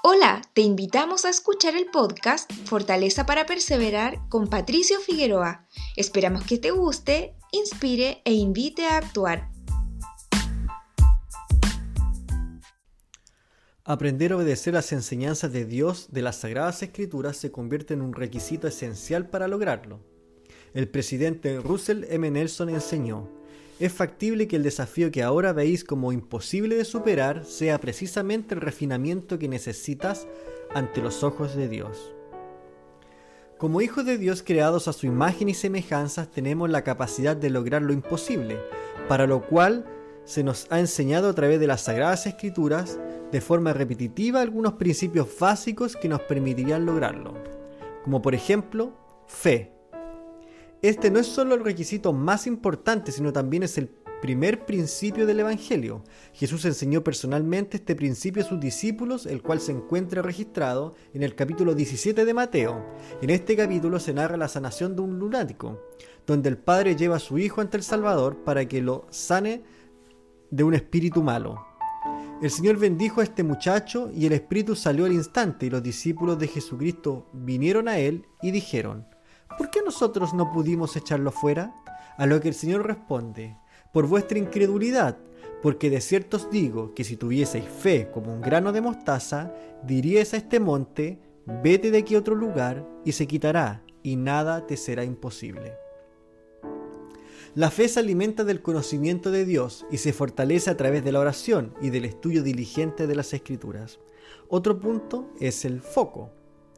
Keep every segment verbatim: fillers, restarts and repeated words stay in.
Hola, te invitamos a escuchar el podcast Fortaleza para Perseverar con Patricio Figueroa. Esperamos que te guste, inspire e invite a actuar. Aprender a obedecer las enseñanzas de Dios de las Sagradas Escrituras se convierte en un requisito esencial para lograrlo. El presidente Russell M. Nelson enseñó: es factible que el desafío que ahora veis como imposible de superar sea precisamente el refinamiento que necesitas ante los ojos de Dios. Como hijos de Dios creados a su imagen y semejanza, tenemos la capacidad de lograr lo imposible, para lo cual se nos ha enseñado a través de las Sagradas Escrituras de forma repetitiva algunos principios básicos que nos permitirían lograrlo, como por ejemplo, fe. Este no es solo el requisito más importante, sino también es el primer principio del Evangelio. Jesús enseñó personalmente este principio a sus discípulos, el cual se encuentra registrado en el capítulo diecisiete de Mateo. En este capítulo se narra la sanación de un lunático, donde el padre lleva a su hijo ante el Salvador para que lo sane de un espíritu malo. El Señor bendijo a este muchacho y el espíritu salió al instante, y los discípulos de Jesucristo vinieron a él y dijeron: ¿por qué nosotros no pudimos echarlo fuera? A lo que el Señor responde: por vuestra incredulidad, porque de cierto os digo que si tuvieseis fe como un grano de mostaza, diríais a este monte: vete de aquí a otro lugar, y se quitará, y nada te será imposible. La fe se alimenta del conocimiento de Dios y se fortalece a través de la oración y del estudio diligente de las Escrituras. Otro punto es el foco.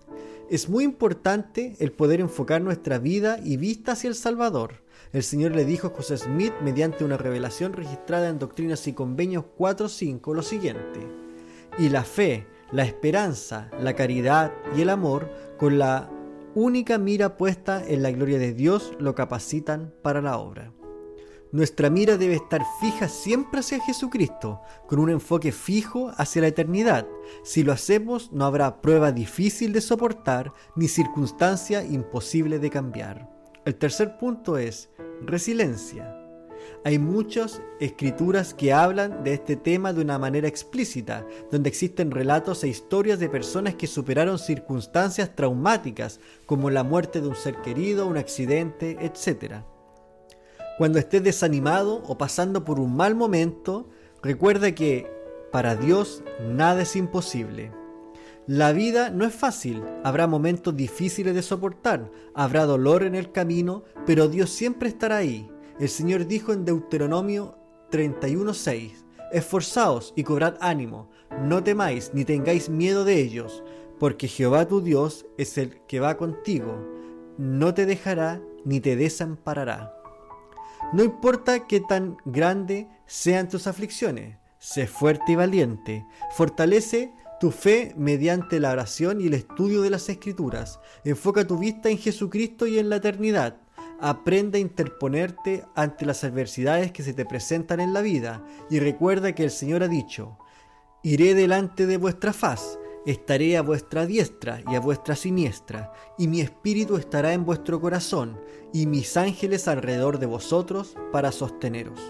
Es muy importante el poder enfocar nuestra vida y vista hacia el Salvador. El Señor le dijo a José Smith, mediante una revelación registrada en Doctrinas y Convenios cuatro cinco, lo siguiente: y la fe, la esperanza, la caridad y el amor, con la única mira puesta en la gloria de Dios, lo capacitan para la obra. Nuestra mira debe estar fija siempre hacia Jesucristo, con un enfoque fijo hacia la eternidad. Si lo hacemos, no habrá prueba difícil de soportar, ni circunstancia imposible de cambiar. El tercer punto es resiliencia. Hay muchas escrituras que hablan de este tema de una manera explícita, donde existen relatos e historias de personas que superaron circunstancias traumáticas, como la muerte de un ser querido, un accidente, etcétera. Cuando estés desanimado o pasando por un mal momento, recuerda que para Dios nada es imposible. La vida no es fácil, habrá momentos difíciles de soportar, habrá dolor en el camino, pero Dios siempre estará ahí. El Señor dijo en Deuteronomio treinta y uno seis: esforzaos y cobrad ánimo, no temáis ni tengáis miedo de ellos, porque Jehová tu Dios es el que va contigo, no te dejará ni te desamparará. No importa qué tan grande sean tus aflicciones, sé fuerte y valiente, fortalece tu fe mediante la oración y el estudio de las Escrituras, enfoca tu vista en Jesucristo y en la eternidad. Aprende a interponerte ante las adversidades que se te presentan en la vida y recuerda que el Señor ha dicho: iré delante de vuestra faz, estaré a vuestra diestra y a vuestra siniestra, y mi espíritu estará en vuestro corazón, y mis ángeles alrededor de vosotros para sosteneros.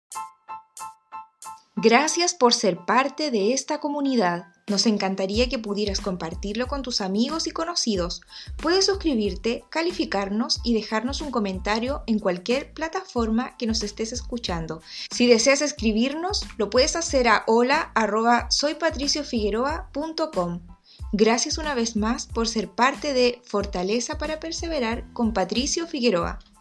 Gracias por ser parte de esta comunidad. Nos encantaría que pudieras compartirlo con tus amigos y conocidos. Puedes suscribirte, calificarnos y dejarnos un comentario en cualquier plataforma que nos estés escuchando. Si deseas escribirnos, lo puedes hacer a hola arroba soy patricio figueroa punto com. Gracias una vez más por ser parte de Fortaleza para Perseverar con Patricio Figueroa.